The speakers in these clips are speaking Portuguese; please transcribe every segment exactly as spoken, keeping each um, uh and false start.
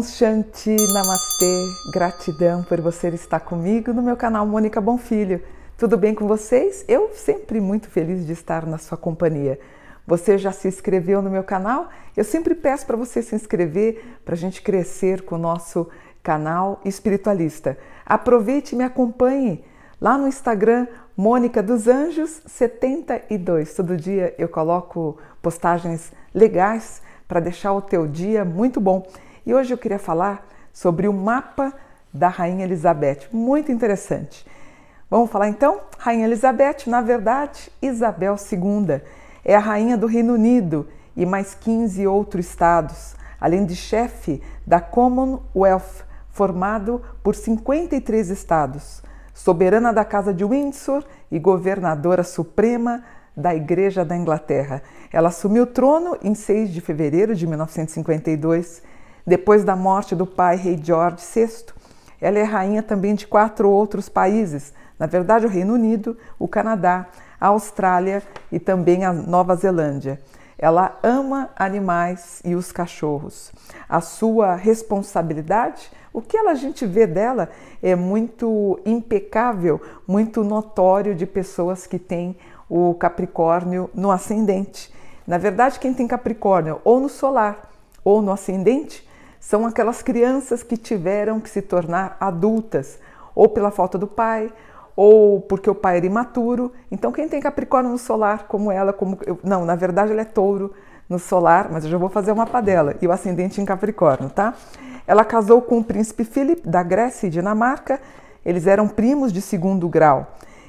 Shanti, Namastê, gratidão por você estar comigo no meu canal Mônica Bonfilho. Tudo bem com vocês? Eu sempre muito feliz de estar na sua companhia. Você já se inscreveu no meu canal? Eu sempre peço para você se inscrever para a gente crescer com o nosso canal espiritualista. Aproveite e me acompanhe lá no Instagram, Mônica dos Anjos setenta e dois. Todo dia eu coloco postagens legais para deixar o teu dia muito bom. E hoje eu queria falar sobre o mapa da Rainha Elizabeth, muito interessante. Vamos falar então? Rainha Elizabeth, na verdade, Isabel segunda, é a rainha do Reino Unido e mais quinze outros estados, além de chefe da Commonwealth, formado por cinquenta e três estados, soberana da Casa de Windsor e governadora suprema da Igreja da Inglaterra. Ela assumiu o trono em seis de fevereiro de mil novecentos e cinquenta e dois, depois da morte do pai rei George sexto. Ela é rainha também de quatro outros países, na verdade o Reino Unido, o Canadá, a Austrália e também a Nova Zelândia. Ela ama animais e os cachorros. A sua responsabilidade, o que a gente vê dela é muito impecável, muito notório de pessoas que têm o Capricórnio no ascendente. Na verdade, quem tem Capricórnio ou no solar ou no ascendente são aquelas crianças que tiveram que se tornar adultas, ou pela falta do pai, ou porque o pai era imaturo. Então quem tem Capricórnio no solar, como ela, como eu, não, na verdade ela é touro no solar, mas eu já vou fazer o mapa dela, e o ascendente em Capricórnio, tá? Ela casou com o príncipe Philip da Grécia e Dinamarca. Eles eram primos de segundo grau,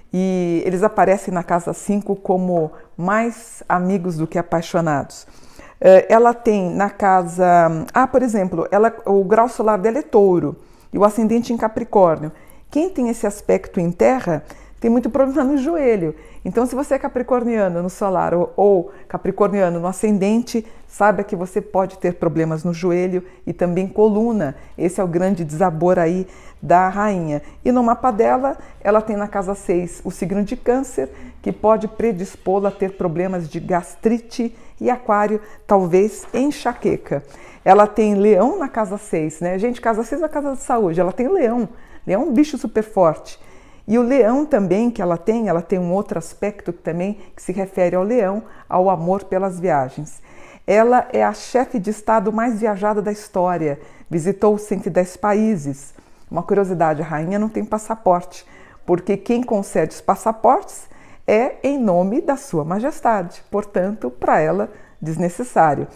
e eles aparecem na casa cinco como mais amigos do que apaixonados. Ela tem na casa... Ah, por exemplo, ela, o grau solar dela é touro e o ascendente em Capricórnio. Quem tem esse aspecto em terra tem muito problema no joelho. Então, se você é capricorniano no solar ou, ou capricorniano no ascendente, saiba que você pode ter problemas no joelho e também coluna. Esse é o grande desabor aí da rainha. E no mapa dela, ela tem na casa seis o signo de Câncer, que pode predispô-la a ter problemas de gastrite, e Aquário, talvez enxaqueca. Ela tem Leão na casa seis, né? Gente, casa seis é a casa de saúde. Ela tem Leão. Leão é um bicho super forte. E o Leão também que ela tem, ela tem um outro aspecto que também que se refere ao Leão, ao amor pelas viagens. Ela é a chefe de estado mais viajada da história. Visitou cento e dez países. Uma curiosidade, a rainha não tem passaporte, porque quem concede os passaportes é em nome da sua majestade, portanto, para ela, desnecessário.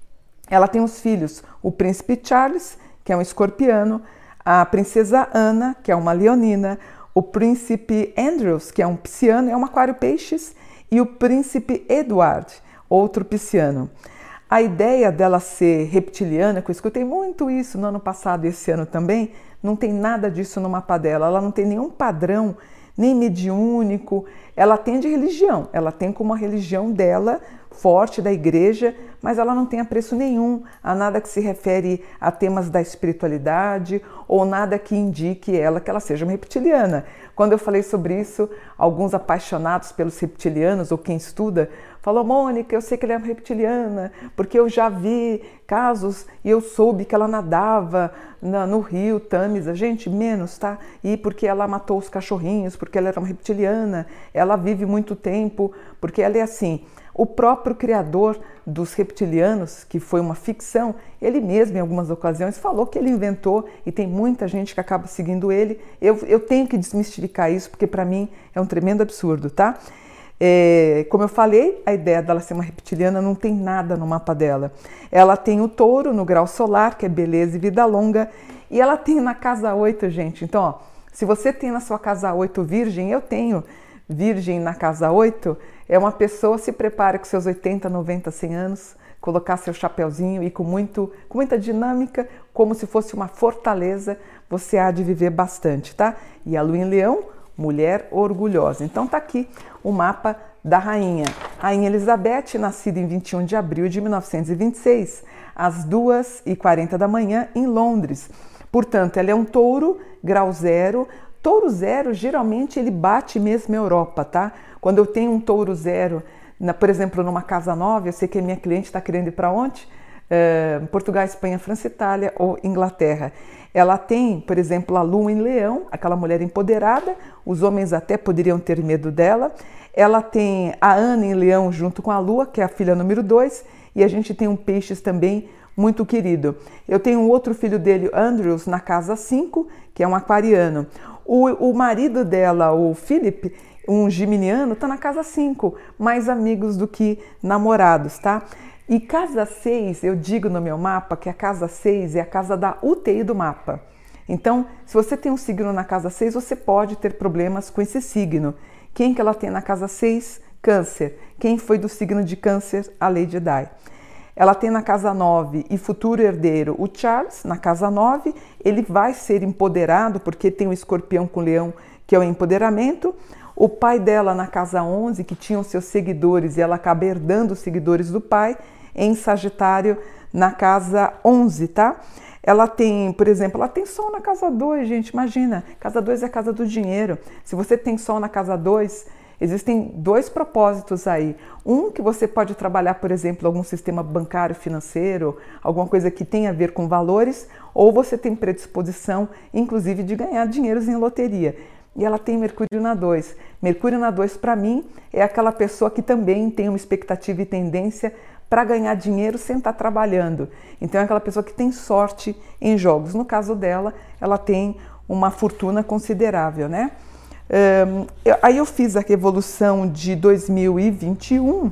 Ela tem os filhos, o príncipe Charles, que é um escorpiano, a princesa Ana, que é uma leonina, o príncipe Andrews, que é um pisciano, é um aquário peixes, e o príncipe Edward, outro pisciano. A ideia dela ser reptiliana, que eu escutei muito isso no ano passado e esse ano também, não tem nada disso no mapa dela, ela não tem nenhum padrão, nem mediúnico. Ela tem de religião, ela tem como a religião dela, forte da igreja, mas ela não tem apreço nenhum a nada que se refere a temas da espiritualidade ou nada que indique ela que ela seja uma reptiliana. Quando eu falei sobre isso, alguns apaixonados pelos reptilianos ou quem estuda, falou: Mônica, eu sei que ela é uma reptiliana, porque eu já vi casos e eu soube que ela nadava na, no rio Tâmisa. Gente, menos, tá? E porque ela matou os cachorrinhos, porque ela era uma reptiliana, ela vive muito tempo, porque ela é assim. O próprio criador dos reptilianos, que foi uma ficção, ele mesmo em algumas ocasiões falou que ele inventou e tem muita gente que acaba seguindo ele. Eu, eu tenho que desmistificar isso porque para mim é um tremendo absurdo, tá? É, como eu falei, a ideia dela ser uma reptiliana não tem nada no mapa dela. Ela tem o touro no grau solar, que é beleza e vida longa, e ela tem na casa oito, gente. Então, ó, se você tem na sua casa oito virgem, eu tenho virgem na casa oito, é uma pessoa, se prepara com seus oitenta, noventa, cem anos, colocar seu chapeuzinho e com, muito, com muita dinâmica, como se fosse uma fortaleza, você há de viver bastante, tá? E a lua em Leão, mulher orgulhosa. Então tá aqui o mapa da rainha. Rainha Elizabeth, nascida em vinte e um de abril de mil novecentos e vinte e seis, às duas e quarenta da manhã, em Londres. Portanto, ela é um touro, grau zero. Touro zero, geralmente, ele bate mesmo na Europa, tá? Quando eu tenho um touro zero, na, por exemplo, numa casa nova, eu sei que a minha cliente está querendo ir para onde? uh, Portugal, Espanha, França, Itália ou Inglaterra. Ela tem, por exemplo, a Lua em Leão, aquela mulher empoderada, os homens até poderiam ter medo dela. Ela tem a Ana em Leão junto com a Lua, que é a filha número dois, e a gente tem um Peixes também muito querido. Eu tenho um outro filho dele, Andrews, na casa cinco, que é um aquariano. O, o marido dela, o Philip, um geminiano, está na casa cinco, mais amigos do que namorados, tá? E casa seis, eu digo no meu mapa que a casa seis é a casa da U T I do mapa. Então, se você tem um signo na casa seis, você pode ter problemas com esse signo. Quem que ela tem na casa seis? Câncer. Quem foi do signo de Câncer? A Lady Di. Ela tem na casa nove e futuro herdeiro o Charles, na casa nove. Ele vai ser empoderado porque tem o escorpião com o leão, que é o empoderamento. O pai dela na casa onze, que tinham seus seguidores, e ela acaba herdando os seguidores do pai, em Sagitário, na casa onze, tá? Ela tem, por exemplo, ela tem Sol na casa dois, gente, imagina. Casa dois é a casa do dinheiro. Se você tem Sol na casa dois, existem dois propósitos aí. Um, que você pode trabalhar, por exemplo, algum sistema bancário, financeiro, alguma coisa que tenha a ver com valores, ou você tem predisposição, inclusive, de ganhar dinheiros em loteria. E ela tem Mercúrio na dois. Mercúrio na dois, para mim, é aquela pessoa que também tem uma expectativa e tendência para ganhar dinheiro sem estar trabalhando. Então é aquela pessoa que tem sorte em jogos. No caso dela, ela tem uma fortuna considerável, né? Um, eu, aí eu fiz a revolução de dois mil e vinte e um.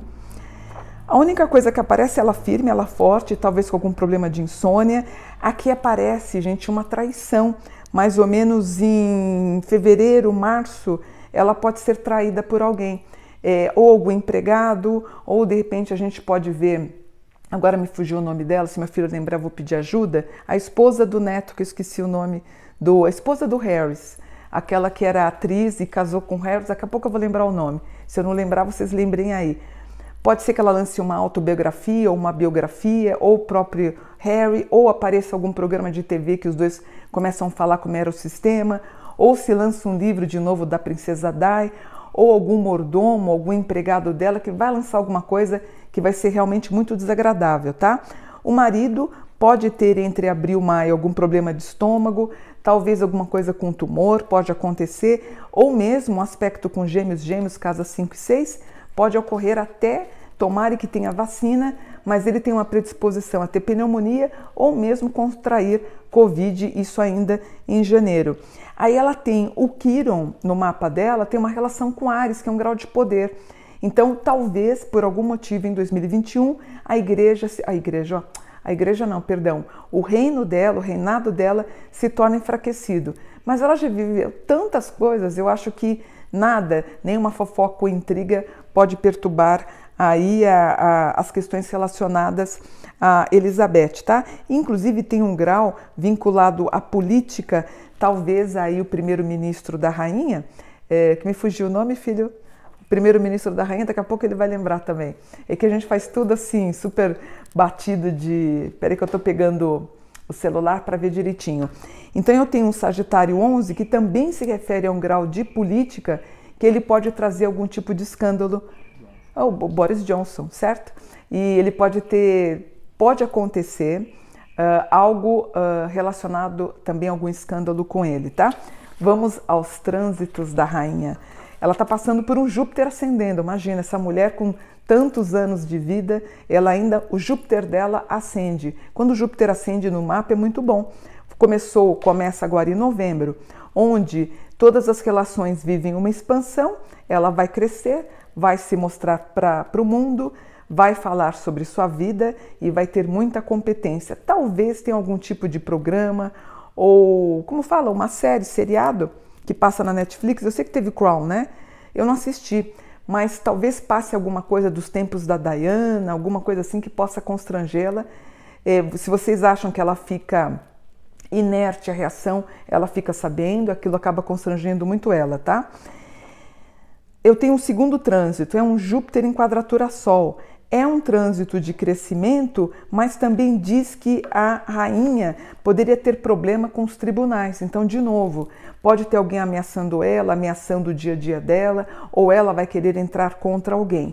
A única coisa que aparece é ela firme, ela forte, talvez com algum problema de insônia. Aqui aparece, gente, uma traição. Mais ou menos em fevereiro, março, ela pode ser traída por alguém. É, ou algum empregado, ou de repente a gente pode ver, agora me fugiu o nome dela, se meu filho lembrar eu vou pedir ajuda, a esposa do neto, que eu esqueci o nome, do, a esposa do Harris, aquela que era atriz e casou com o Harris, daqui a pouco eu vou lembrar o nome, se eu não lembrar vocês lembrem aí. Pode ser que ela lance uma autobiografia ou uma biografia, ou o próprio Harry, ou apareça algum programa de T V que os dois começam a falar como era o sistema, ou se lança um livro de novo da Princesa Di, ou algum mordomo, algum empregado dela que vai lançar alguma coisa que vai ser realmente muito desagradável, tá? O marido pode ter entre abril e maio algum problema de estômago, talvez alguma coisa com tumor, pode acontecer, ou mesmo um aspecto com gêmeos, gêmeos, casa cinco e seis, pode ocorrer até tomara que tenha vacina, mas ele tem uma predisposição a ter pneumonia ou mesmo contrair Covid, isso ainda em janeiro. Aí ela tem o Quiron no mapa dela, tem uma relação com Áries, que é um grau de poder. Então, talvez, por algum motivo, em dois mil e vinte e um, a igreja, a igreja, ó, a igreja não, perdão, o reino dela, o reinado dela se torna enfraquecido. Mas ela já viveu tantas coisas, eu acho que nada, nenhuma fofoca ou intriga pode perturbar aí a, a, as questões relacionadas a Elizabeth, tá? Inclusive tem um grau vinculado à política, talvez aí o primeiro-ministro da rainha, é, que me fugiu o nome, filho? O primeiro-ministro da rainha, daqui a pouco ele vai lembrar também. É que a gente faz tudo assim, super batido de... Peraí que eu tô pegando o celular para ver direitinho. Então eu tenho um Sagitário onze que também se refere a um grau de política que ele pode trazer algum tipo de escândalo. Oh, o Boris Johnson, certo? E ele pode ter, pode acontecer uh, algo uh, relacionado também a algum escândalo com ele, tá? Vamos aos trânsitos da rainha. Ela está passando por um Júpiter ascendendo. Imagina, essa mulher com tantos anos de vida, ela ainda, o Júpiter dela ascende. Quando o Júpiter ascende no mapa é muito bom. Começou, começa agora em novembro, onde todas as relações vivem uma expansão, ela vai crescer, vai se mostrar para o mundo, vai falar sobre sua vida e vai ter muita competência. Talvez tenha algum tipo de programa ou, como fala, uma série, seriado que passa na Netflix. Eu sei que teve Crown, né? Eu não assisti, mas talvez passe alguma coisa dos tempos da Diana, alguma coisa assim que possa constrangê-la. É, se vocês acham que ela fica inerte à reação, ela fica sabendo, aquilo acaba constrangendo muito ela, tá? Eu tenho um segundo trânsito, é um Júpiter em quadratura Sol. É um trânsito de crescimento, mas também diz que a rainha poderia ter problema com os tribunais. Então, de novo, pode ter alguém ameaçando ela, ameaçando o dia a dia dela, ou ela vai querer entrar contra alguém.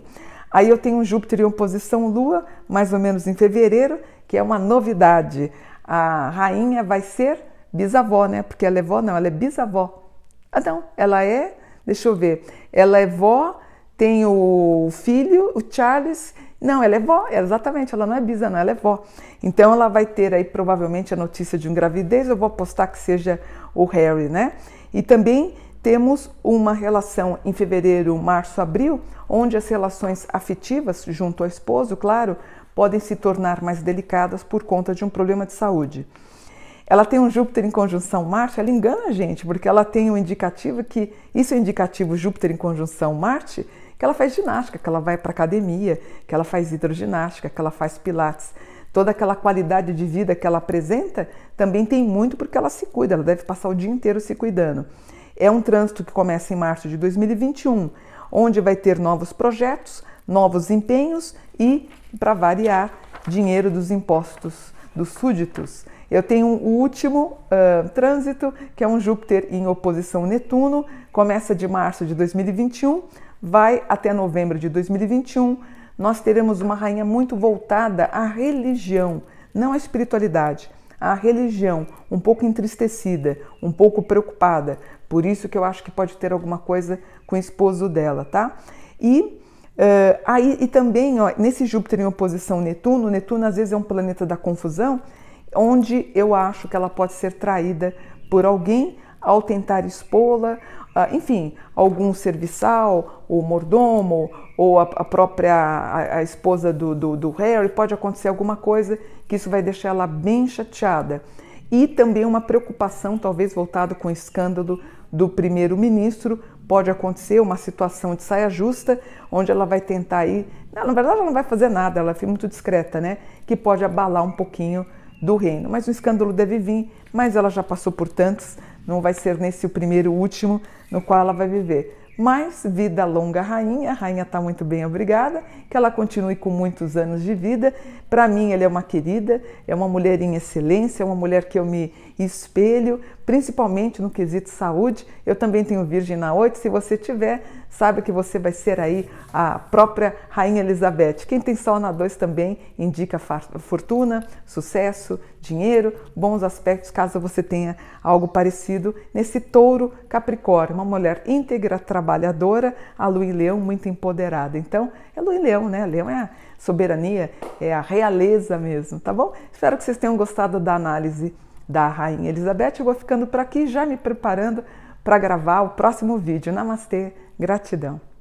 Aí eu tenho um Júpiter em oposição Lua, mais ou menos em fevereiro, que é uma novidade. A rainha vai ser bisavó, né? Porque ela é vó, não, ela é bisavó. Ah, não, ela é, deixa eu ver, ela é vó, tem o filho, o Charles, não, ela é vó, exatamente, ela não é bisa, não, ela é vó. Então ela vai ter aí provavelmente a notícia de uma gravidez, eu vou apostar que seja o Harry, né? E também temos uma relação em fevereiro, março, abril, onde as relações afetivas, junto ao esposo, claro, podem se tornar mais delicadas por conta de um problema de saúde. Ela tem um Júpiter em conjunção Marte, ela engana a gente, porque ela tem um indicativo que, isso é indicativo Júpiter em conjunção Marte, que ela faz ginástica, que ela vai para academia, que ela faz hidroginástica, que ela faz pilates. Toda aquela qualidade de vida que ela apresenta também tem muito porque ela se cuida, ela deve passar o dia inteiro se cuidando. É um trânsito que começa em março de dois mil e vinte e um, onde vai ter novos projetos, novos empenhos e, para variar, dinheiro dos impostos dos súditos. Eu tenho o último uh, trânsito, que é um Júpiter em oposição Netuno, começa de março de dois mil e vinte e um, vai até novembro de dois mil e vinte e um. Nós teremos uma rainha muito voltada à religião, não à espiritualidade, à religião, um pouco entristecida, um pouco preocupada. Por isso que eu acho que pode ter alguma coisa com o esposo dela, tá? E uh, aí e também, ó, nesse Júpiter em oposição Netuno, Netuno às vezes é um planeta da confusão, onde eu acho que ela pode ser traída por alguém ao tentar expô-la, uh, enfim, algum serviçal, ou mordomo, ou a, a própria a, a esposa do, do, do Harry, pode acontecer alguma coisa que isso vai deixar ela bem chateada. E também uma preocupação, talvez voltada com o escândalo do primeiro-ministro, pode acontecer uma situação de saia justa, onde ela vai tentar ir, não, na verdade ela não vai fazer nada, ela é muito discreta, né, que pode abalar um pouquinho do reino, mas o escândalo deve vir, mas ela já passou por tantos, não vai ser nesse o primeiro e último no qual ela vai viver. Mas vida longa rainha, a rainha está muito bem, obrigada, que ela continue com muitos anos de vida. Para mim ela é uma querida, é uma mulher em excelência, é uma mulher que eu me espelho, principalmente no quesito saúde. Eu também tenho Virgem na oito, se você tiver, saiba que você vai ser aí a própria Rainha Elizabeth. Quem tem Sol na dois também indica fortuna, sucesso, dinheiro, bons aspectos, caso você tenha algo parecido nesse Touro Capricórnio, uma mulher íntegra, trabalhadora, a Lua em Leão muito empoderada. Então, é Lua em Leão, né? Leão é a soberania, é a realeza mesmo, tá bom? Espero que vocês tenham gostado da análise da Rainha Elizabeth. Eu vou ficando por aqui, já me preparando para gravar o próximo vídeo. Namastê, gratidão.